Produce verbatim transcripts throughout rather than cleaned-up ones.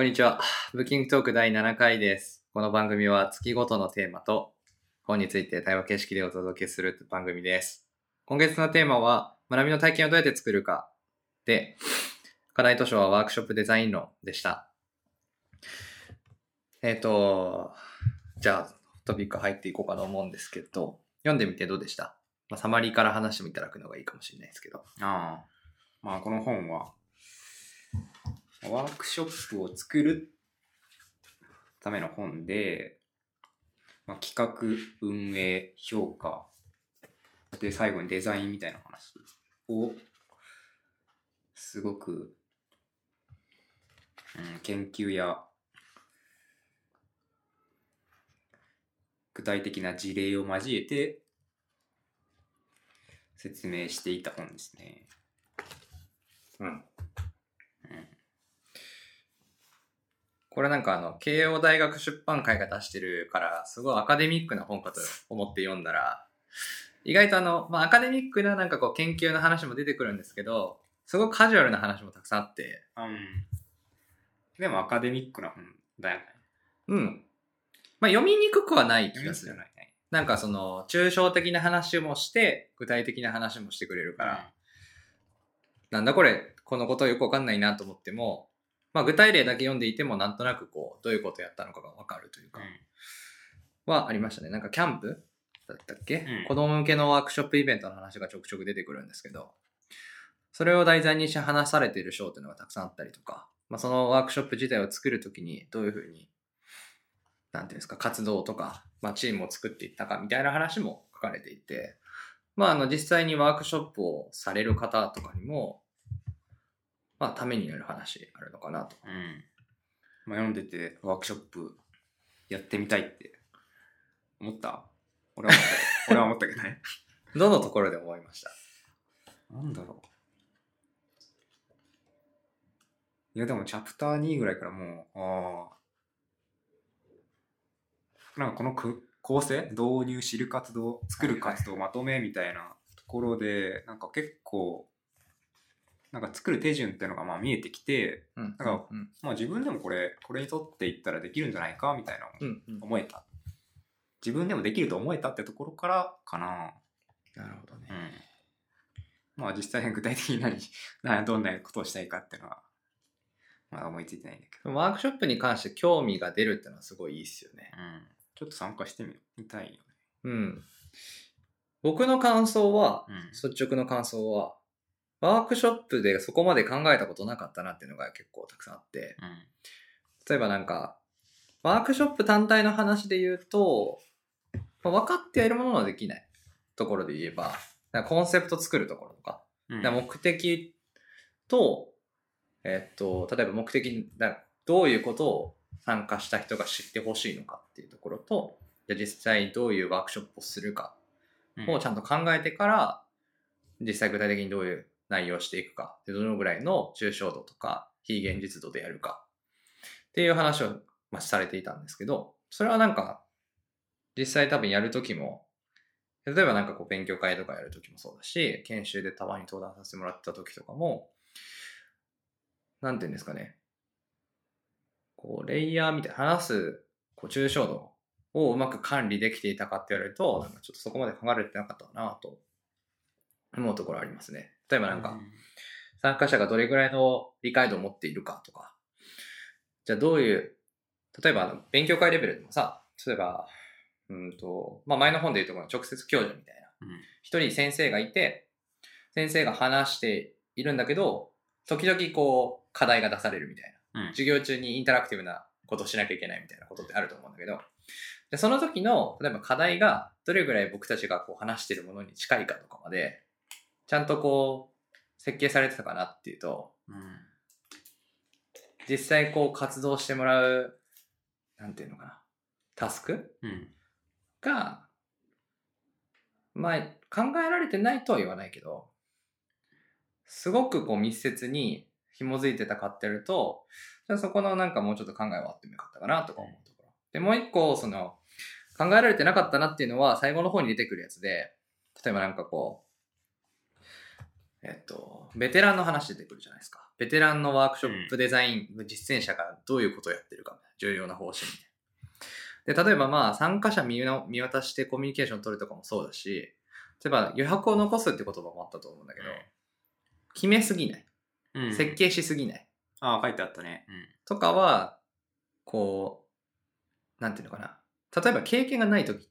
こんにちは。ブッキングトークだいななかいです。この番組は月ごとのテーマと本について対話形式でお届けする番組です。今月のテーマは学びの体験をどうやって作るかで、課題図書はワークショップデザイン論でした。えっと、じゃあトピック入っていこうかと思うんですけど、読んでみてどうでした？まあ、サマリーから話してもいただくのがいいかもしれないですけど。 ああ、まあこの本はワークショップを作るための本で、まあ、企画、運営、評価で最後にデザインみたいな話をすごく、うん、研究や具体的な事例を交えて説明していた本ですね。 うん。これなんかあの慶応大学出版会が出してるからすごいアカデミックな本かと思って読んだら、意外とあの、まあ、アカデミックななんかこう研究の話も出てくるんですけど、すごくカジュアルな話もたくさんあって、 うん、でもアカデミックな本だよね。 うん。まあ読みにくくはない気がする。 ないね。 なんかその抽象的な話もして具体的な話もしてくれるから、うん、なんだこれこのことよくわかんないなと思っても、まあ、具体例だけ読んでいてもなんとなくこうどういうことやったのかが分かるというか、うん、はありましたね。なんかキャンプだったっけ、うん、子供向けのワークショップイベントの話がちょくちょく出てくるんですけど、それを題材にして話されている章っていうのがたくさんあったりとか、まあ、そのワークショップ自体を作るときにどういうふうになんていうんですか活動とか、まあ、チームを作っていったかみたいな話も書かれていて、まあ、あの実際にワークショップをされる方とかにもまあ、ためになる話あるのかなと。 うん。まあ、読んでてワークショップやってみたいって思った？俺は思ったけど、俺は思ったけどね。 どのところで思いました？ なんだろう。いやでもチャプターにぐらいからもう、ああ。なんかこの構成、導入、知る活動、作る活動、まとめみたいなところで、なんか結構、なんか作る手順っていうのがまあ見えてきて、うん、なんか、うん、まあ自分でもこれこれにとっていったらできるんじゃないかみたいな思えた、うんうん、自分でもできると思えたってところからかな。 なるほどね。 うん、まあ実際に具体的に何どんなことをしたいかっていうのはまだ思いついてないんだけど、 ワークショップに関して興味が出るっていうのはすごいいいっすよね。 うん、ちょっと参加してみたいよね。 うん。僕の感想は、うん、率直の感想は。ワークショップでそこまで考えたことなかったなっていうのが結構たくさんあって、うん、例えばなんかワークショップ単体の話で言うと、まあ、分かってやるものはできないところで言えば、なんかコンセプト作るところとか、うん、目的と、えっと、例えば目的だどういうことを参加した人が知ってほしいのかっていうところと、じゃあ実際どういうワークショップをするかをちゃんと考えてから、うん、実際具体的にどういう内容していくか、でどのぐらいの抽象度とか非現実度でやるかっていう話を、まあ、されていたんですけど、それはなんか実際多分やるときも、例えばなんかこう勉強会とかやるときもそうだし、研修でたまに登壇させてもらったときとかも、なんていうんですかね、こうレイヤーみたいな話すこう抽象度をうまく管理できていたかって言われると、なんかちょっとそこまで考えられてなかったかなと思うところありますね。例えばなんか、参加者がどれぐらいの理解度を持っているかとか、じゃあどういう、例えばあの勉強会レベルでもさ、例えば、うんと、まあ前の本で言うとこの直接教授みたいな、一、うん、人先生がいて、先生が話しているんだけど、時々こう課題が出されるみたいな、うん、授業中にインタラクティブなことをしなきゃいけないみたいなことってあると思うんだけど、でその時の例えば課題がどれぐらい僕たちがこう話しているものに近いかとかまでちゃんとこう設計されてたかなっていうと、うん、実際こう活動してもらうなんていうのかなタスク、うん、がまあ考えられてないとは言わないけど、すごくこう密接に紐づいてたかってやると、じゃあそこのなんかもうちょっと考えはあってもよかったかなとか思うところ。でもう一個その考えられてなかったなっていうのは最後の方に出てくるやつで、例えばなんかこうえっと、ベテランの話出てくるじゃないですか。ベテランのワークショップデザイン、うん、実践者がどういうことをやってるか、重要な方針で。で、例えばまあ、参加者見渡してコミュニケーションを取るとかもそうだし、例えば余白を残すって言葉もあったと思うんだけど、うん、決めすぎない。うん、設計しすぎない。 ああ、書いてあったね。うん、 とかは、こう、なんていうのかな。例えば経験がないときって、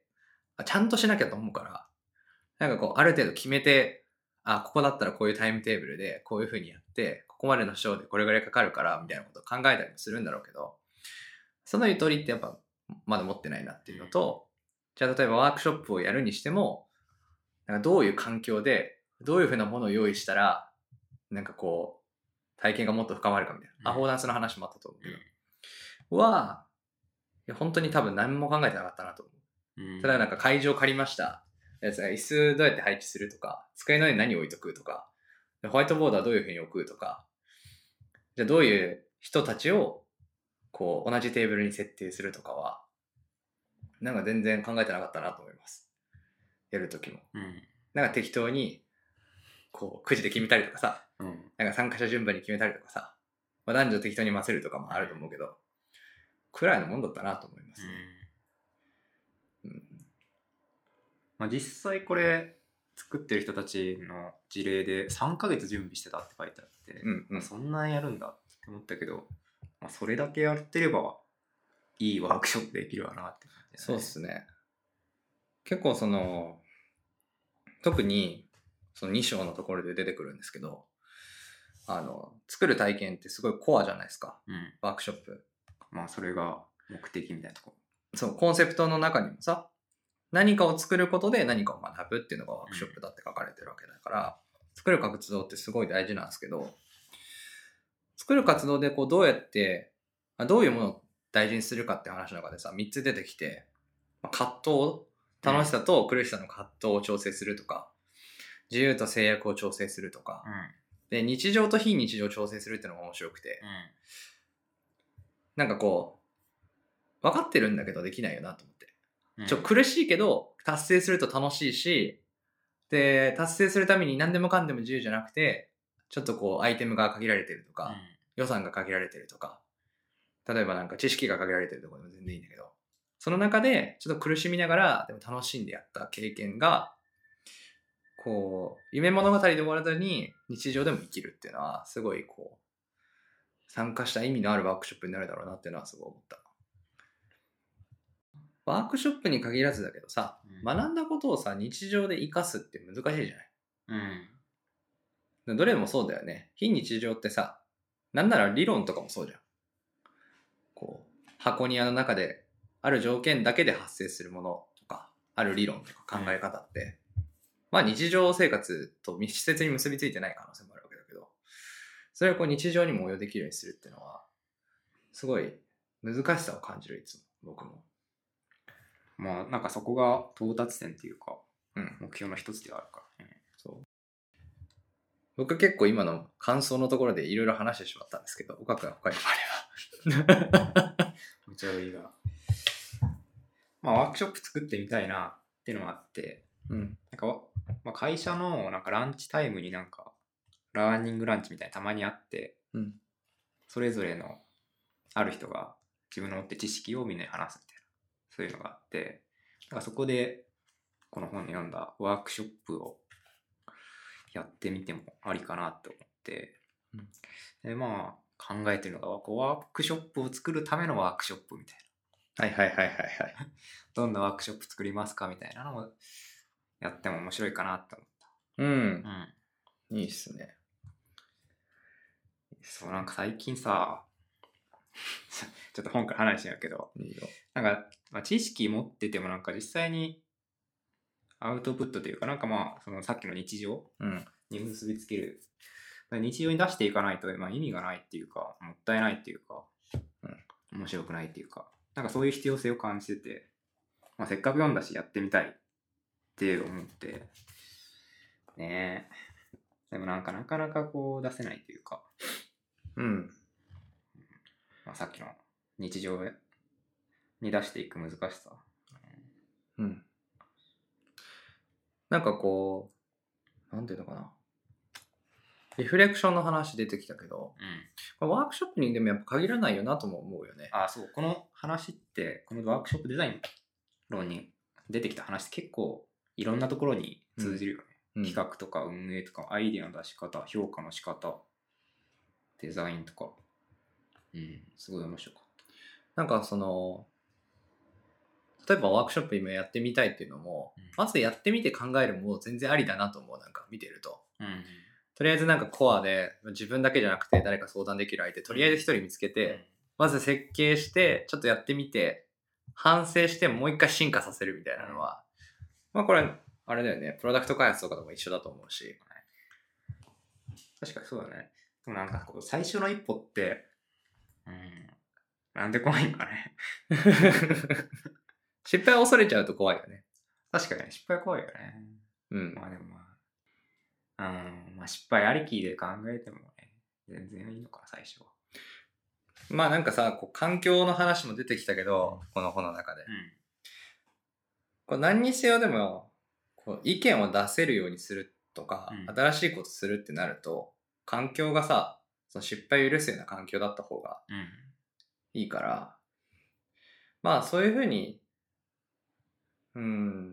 ちゃんとしなきゃと思うから、なんかこう、ある程度決めて、あ、ここだったらこういうタイムテーブルでこういう風にやって、ここまでのショーでこれぐらいかかるから、みたいなことを考えたりもするんだろうけど、そのゆとりってやっぱまだ持ってないなっていうのと、じゃあ例えばワークショップをやるにしても、なんかどういう環境で、どういう風なものを用意したら、なんかこう、体験がもっと深まるかみたいな。アフォーダンスの話もあったと思うけど、は、いや本当に多分何も考えてなかったなと思う。ただなんか会場借りました。椅子どうやって配置するとか、机の上に何置いとくとか、ホワイトボードはどういう風に置くとか、じゃあどういう人たちをこう同じテーブルに設定するとかは、なんか全然考えてなかったなと思います。やるときも。うん、なんか適当に、こう、くじで決めたりとかさ、うん、なんか参加者順番に決めたりとかさ、まあ、男女適当に混ぜるとかもあると思うけど、くらいのもんだったなと思います、ね。うんうんまあ、実際これ作ってる人たちの事例でさんかげつ準備してたって書いてあって、うんうんまあ、そんなにやるんだって思ったけど、まあ、それだけやってればいいワークショップできるわなって感じ、 ね、そうっすね。結構その特にそのに章のところで出てくるんですけど、あの作る体験ってすごいコアじゃないですか、うん、ワークショップ。 まあそれが目的みたいなところ。 そう、コンセプトの中にもさ、何かを作ることで何かを学ぶっていうのがワークショップだって書かれてるわけだから、うん、作る活動ってすごい大事なんですけど、作る活動でこうどうやってどういうものを大事にするかって話の中でさ、みっつ出てきて、葛藤、楽しさと苦しさの葛藤を調整するとか、自由と制約を調整するとか、うん、で日常と非日常を調整するっていうのが面白くて、うん、なんかこう分かってるんだけどできないよなと思って、うん、ちょ苦しいけど達成すると楽しいし、で達成するために何でもかんでも自由じゃなくて、ちょっとこうアイテムが限られてるとか、うん、予算が限られてるとか、例えばなんか知識が限られてるところでも全然いいんだけど、その中でちょっと苦しみながらでも楽しんでやった経験がこう夢物語で終わらずに日常でも生きるっていうのはすごいこう参加した意味のあるワークショップになるだろうなっていうのはすごい思った。ワークショップに限らずだけどさ、うん、学んだことをさ日常で活かすって難しいじゃない。うん。どれもそうだよね。非日常ってさ、なんなら理論とかもそうじゃん。こう箱庭の中である条件だけで発生するものとか、ある理論とか考え方って、うん、まあ日常生活と密接に結びついてない可能性もあるわけだけど、それをこう日常にも応用できるようにするっていうのは、すごい難しさを感じる、いつも、僕も。 まあなんかそこが到達点っていうか、うん、目標の一つではあるからね。 そう。僕結構今の感想のところでいろいろ話してしまったんですけど、岡君は他にもあれば。 めちゃいいが。まあワークショップ作ってみたいなっていうのがあって、うん、なんか、まあ、会社のなんかランチタイムになんかラーニングランチみたいなたまにあって、うん、それぞれのある人が自分の持って知識をみんなに話すみたいな、そういうのがあって、なんかそこでこの本に読んだワークショップをやってみてもありかなと思って、うん、でまあ考えてるのがこうワークショップを作るためのワークショップみたいな。 はいはいはいはいはい。 どんなワークショップ作りますかみたいなのをやっても面白いかなって思った。 うん。うん。いいっすね。 そうなんか最近さ、ちょっと本から話しちゃうけど、いいよ。なんか、まあ、知識持っててもなんか実際にアウトプットというかなんかまあそのさっきの日常に結びつける、うん、日常に出していかないとまあ意味がないっていうかもったいないっていうか、うん、面白くないっていうか。なんかそういう必要性を感じてて、まあ、せっかく読んだしやってみたいって思ってねえ。でもなんかなかなかこう出せないというか、うん、まあ、さっきの日常に出していく難しさ、うん、 なんかこうなんていうのかな、 リフレクションの話出てきたけど、うん、ワークショップにでもやっぱ限らないよなとも思うよね。 ああ、そう。この話って、このワークショップデザイン論に出てきた話って結構いろんなところに通じるよね。うん、企画とか運営とか、アイデアの出し方、評価の仕方、デザインとか。うん、すごい面白かった。 なんかその、例えばワークショップ今やってみたいっていうのも、うん、まずやってみて考えるも全然ありだなと思う。なんか見てると。うん、とりあえずなんかコアで自分だけじゃなくて誰か相談できる相手とりあえず一人見つけて、うん、まず設計してちょっとやってみて反省してもう一回進化させるみたいなのは、うん、まあこれあれだよね、プロダクト開発とかでも一緒だと思うし。 確かにそうだね。でもなんかこう最初の一歩って、うん、なんで怖いんかね。 失敗を恐れちゃうと怖いよね。 確かに失敗怖いよね。うん。まあでもまあ、うん、まあ失敗ありきで考えてもね、全然いいのかな、最初は。 まあなんかさ、こう環境の話も出てきたけど、うん、この本の中で。うん、こう何にせよでも、こう意見を出せるようにするとか、うん、新しいことするってなると、環境がさ、その失敗を許すような環境だった方がいいから、うん、まあそういうふうに、うん、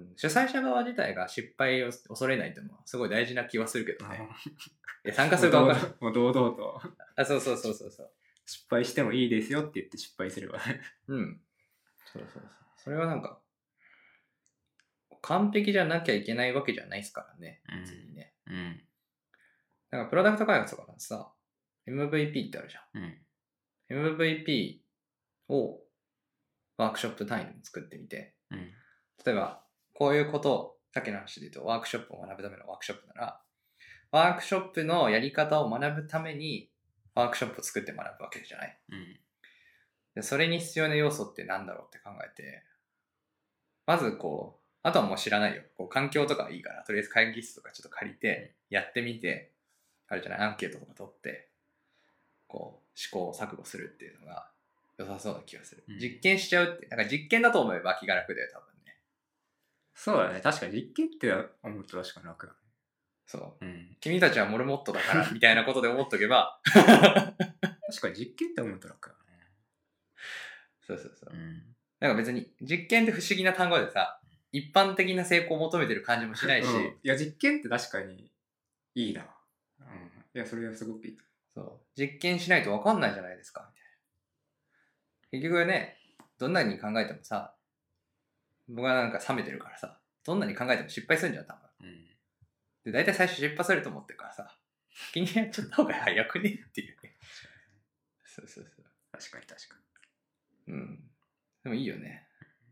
主催者側自体が失敗を恐れないっていうのはすごい大事な気はするけどね。いや参加する側からもう堂々とあ、そうそうそうそうそう。 失敗してもいいですよって言って失敗すればね。 うん。そうそうそう。それはなんか完璧じゃなきゃいけないわけじゃないですからね。別にね。うん。うん、だからプロダクト開発とかさ、エムブイピー ってあるじゃん。うん、エムブイピー をワークショップ単位でも作ってみて、うん、例えばこういうことをさっきの話で言うとワークショップを学ぶためのワークショップなら、ワークショップのやり方を学ぶためにワークショップを作って学ぶわけじゃない。うん、でそれに必要な要素って何だろうって考えて、まずこう、あとはもう知らないよ。こう環境とかはいいから、とりあえず会議室とかちょっと借りて、やってみて、あれじゃない、アンケートとか取って、こう、試行錯誤するっていうのが良さそうな気がする。うん、実験しちゃうって、なんか実験だと思えば気が楽だよ、多分ね。 そうだね。確かに実験って思うと確かに楽だね。 そう。うん、君たちはモルモットだから、みたいなことで思っとけば。 確かに実験って思うと楽だね。 そうそうそう。うん、なんか別に実験って不思議な単語でさ、一般的な成功を求めてる感じもしないし、うん、 いや実験って確かにいいな。うん、いやそれはすごくいい。 そう実験しないと分かんないじゃないですかみたいな。結局ね、どんなに考えてもさ、僕はなんか冷めてるからさ、どんなに考えても失敗するんじゃん多分。うん、で大体最初失敗すると思ってるからさ、先にやっちゃった方が早くねっていうね。そうそうそう。 確かに確かに。うん。でもいいよね。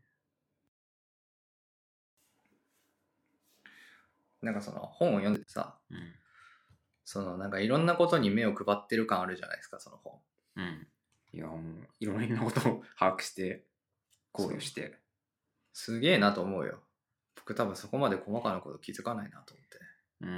なんかその本を読んでてさ、うん、そのなんかいろんなことに目を配ってる感あるじゃないですか、その本。 うん。いやもういろんなことを把握して考慮して。 すげえなと思うよ。僕多分そこまで細かなこと気づかないなと思って。 うん。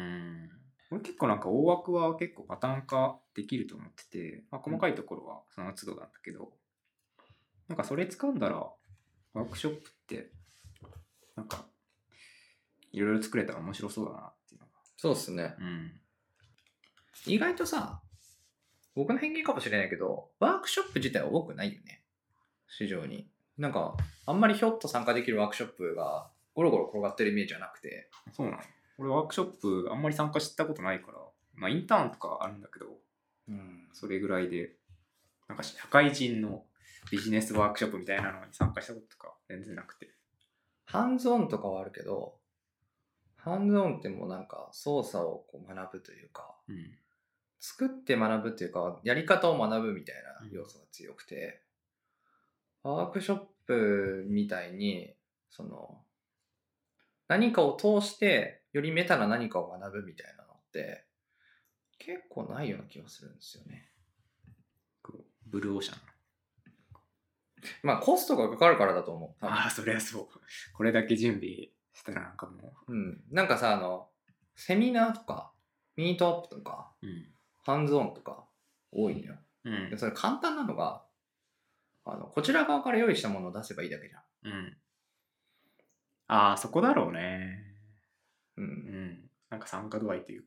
俺結構なんか大枠は結構パターン化できると思ってて、まあ、細かいところはその都度なんだけど、うん、なんかそれ掴んだらワークショップってなんかいろいろ作れたら面白そうだなっていうのが。 そうっすね。うん。意外とさ、僕の偏見かもしれないけど、ワークショップ自体は多くないよね。市場に。なんか、あんまりひょっと参加できるワークショップがゴロゴロ転がってるイメージはなくて。 そうなの。俺ワークショップあんまり参加したことないから、まあインターンとかあるんだけど、うん、それぐらいで、なんか社会人のビジネスワークショップみたいなのに参加したこととか全然なくて。 ハンズオンとかはあるけど、ハンズオンってもうなんか操作をこう学ぶというか、うん、作って学ぶというか、やり方を学ぶみたいな要素が強くて、うん、ワークショップみたいに、その、何かを通してよりメタな何かを学ぶみたいなのって結構ないような気がするんですよね。 ブルーオーシャン。 まあコストがかかるからだと思う。 ああ、そりゃそう。これだけ準備したらなんかもう。うん。なんかさ、あの、セミナーとか、ミートアップとか、うん、ハンズオンとか多いのよ。うん、でそれ簡単なのが、あの、こちら側から用意したものを出せばいいだけじゃん。うん。 ああ、そこだろうね。うん。うん。なんか参加度合いというか。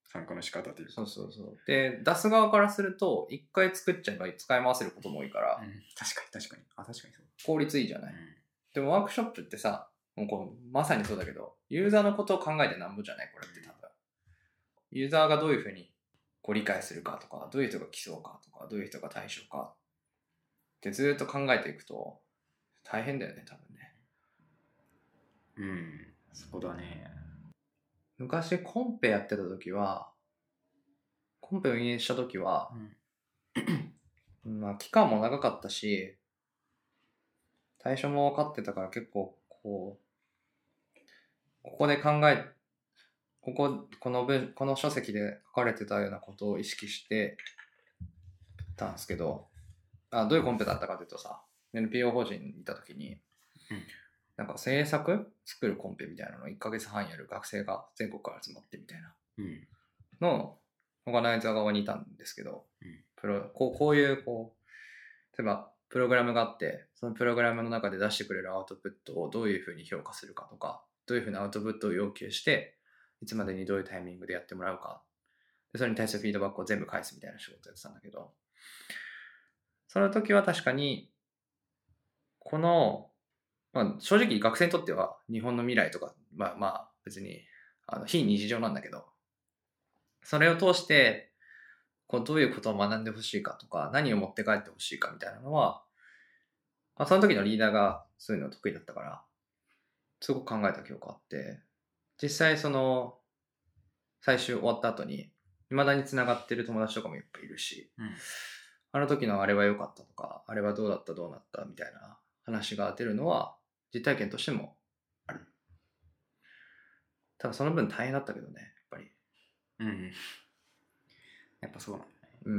参加の仕方というか。 そうそうそう。で、出す側からすると、一回作っちゃえば使い回せることも多いから、 うん、確かに確かに。あ、確かにそう。 効率いいじゃない。 うん、 でもワークショップってさ、もうこうまさにそうだけど、ユーザーのことを考えてなんぼじゃないこれって多分。ユーザーがどういうふうにこう理解するかとか、どういう人が来そうかとか、どういう人が対象かってずっと考えていくと大変だよね、多分ね。 うん、そうだね。 昔コンペやってた時は、コンペを運営した時は、うん、まあ期間も長かったし、対象も分かってたから結構こう、ここで考え、ここ、この文、この書籍で書かれてたようなことを意識してたんですけど、あ、どういうコンペだったかというとさ、エヌピーオー 法人にいた時に、 うん、 なんか制作作るコンペみたいなのをいっかげつはんやる学生が全国から集まってみたいなのオーガナイザー側にいたんですけど、うん、プロこうこういうこう例えばプログラムがあって、そのプログラムの中で出してくれるアウトプットをどういうふうに評価するかとか、どういうふうなアウトプットを要求していつまでにどういうタイミングでやってもらうか、でそれに対するフィードバックを全部返すみたいな仕事をやってたんだけど、その時は確かにこの、まあ、正直学生にとっては日本の未来とか、まあまあ別にあの非日常なんだけど、それを通してこうどういうことを学んでほしいかとか、何を持って帰ってほしいかみたいなのは、まあ、その時のリーダーがそういうの得意だったから、すごく考えた記憶があって、実際その最終終わった後に未だに繋がってる友達とかもいっぱいいるし、うん、あの時のあれは良かったとか、あれはどうだったどうなったみたいな話が出るのは実体験としてもある。ただその分大変だったけどね、やっぱり。 うん。やっぱそうなんだね。 うん。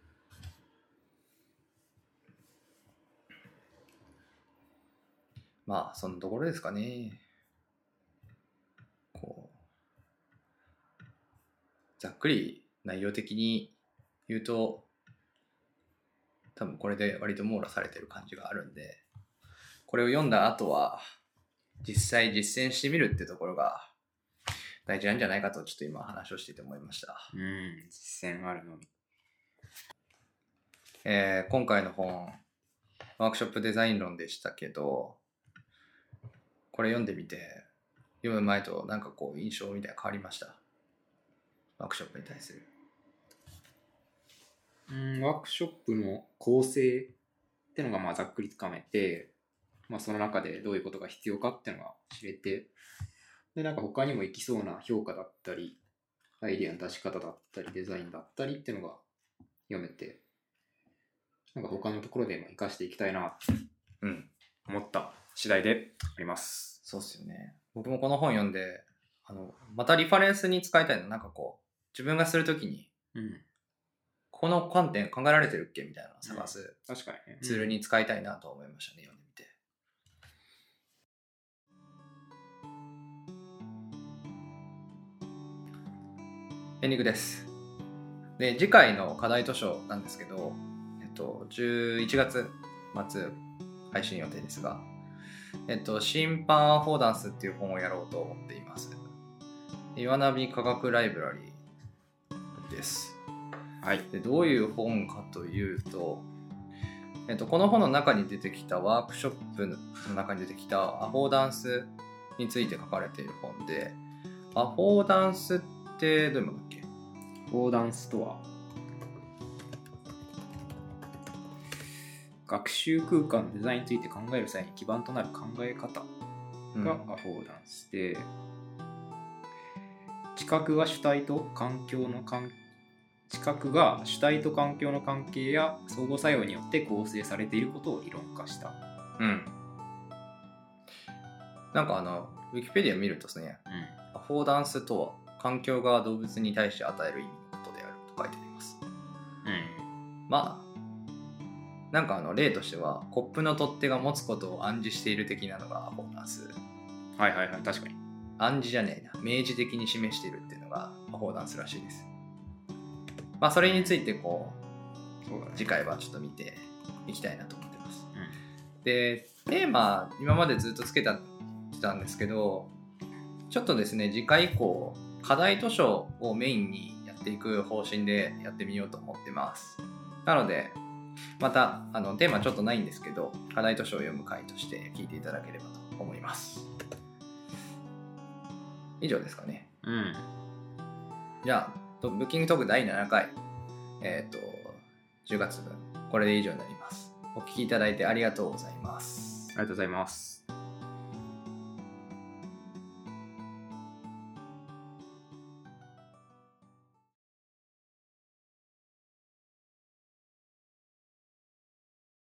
まあそのところですかね。こうざっくり内容的に言うと、多分これで割と網羅されてる感じがあるんで、これを読んだ後は実際実践してみるってところが大事なんじゃないかとちょっと今話をしていて思いました。 うん、実践あるのみ。 えー、今回の本ワークショップデザイン論でしたけど、これ読んでみて読む前となんかこう印象みたいな変わりました？ワークショップに対する。 うん、ワークショップの構成ってのがまあざっくりつかめて、まあ、その中でどういうことが必要かっていうのが知れて、でなんか他にもいきそうな評価だったりアイデアの出し方だったりデザインだったりっていうのが読めて、なんか他のところでも活かしていきたいなって思った次第であります。 そうっすよね。僕もこの本読んで、あのまたリファレンスに使いたいの、なんかこう自分がするときに、うん、この観点考えられてるっけみたいなのを探す、 うん、確かにね、 ツールに使いたいなと思いましたね、読んでみて。エンディングです。で、次回の課題図書なんですけど、えっと、じゅういちがつ末配信予定ですが、えっと、新版アフォーダンスっていう本をやろうと思っています。岩波科学ライブラリーです。はい。で、どういう本かというと、えっと、この本の中に出てきたワークショップの中に出てきたアフォーダンスについて書かれている本で、アフォーダンスってどういうものだっけ？ アフォーダンスとは学習空間のデザインについて考える際に基盤となる考え方がアフォーダンスで、うん、知覚が主体と環境の関知覚が主体と環境の関係や相互作用によって構成されていることを理論化した。 うん。なんかあのウィキペディア見るとですね、うん、アフォーダンスとは環境が動物に対して与える意味のことであると書いてあります。うん。まあなんかあの例としてはコップの取っ手が持つことを暗示している的なのがアフォーダンス。 はいはいはい、確かに。 暗示じゃねえな、明示的に示しているっていうのがアフォーダンスらしいです。まあそれについてこう、そうだね、次回はちょっと見ていきたいなと思ってます。うん、でテーマ今までずっとつけたたんですけど、ちょっとですね次回以降課題図書をメインにやっていく方針でやってみようと思ってます。なのでまたあのテーマちょっとないんですけど、課題図書を読む回として聞いていただければと思います。以上ですかね。 うん。 じゃあブッキングトークだいななかい、えっとじゅうがつぶんこれで以上になります。お聞きいただいてありがとうございます。 ありがとうございます。